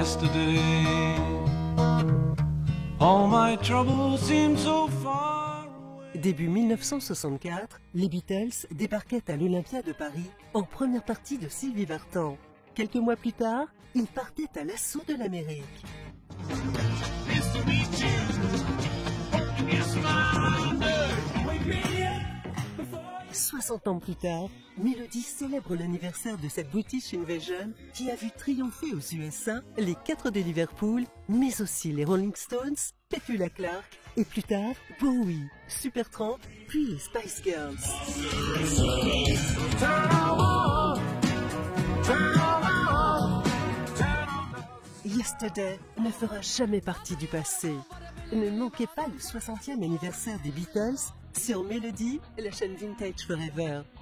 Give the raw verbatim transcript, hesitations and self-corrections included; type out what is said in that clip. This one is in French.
yesterday. All my troubles seem so far away. Début mille neuf cent soixante-quatre, les Beatles débarquaient à l'Olympia de Paris en première partie de Sylvie Vartan. Quelques mois plus tard, ils partaient à l'assaut de l'Amérique. soixante ans plus tard, Melody célèbre l'anniversaire de cette British Invasion qui a vu triompher aux U S A les quatre de Liverpool, mais aussi les Rolling Stones, Petula Clark et plus tard Bowie, Supertramp, puis les Spice Girls. Yesterday ne fera jamais partie du passé. Ne manquez pas le soixantième anniversaire des Beatles sur Melody, la chaîne Vintage Forever.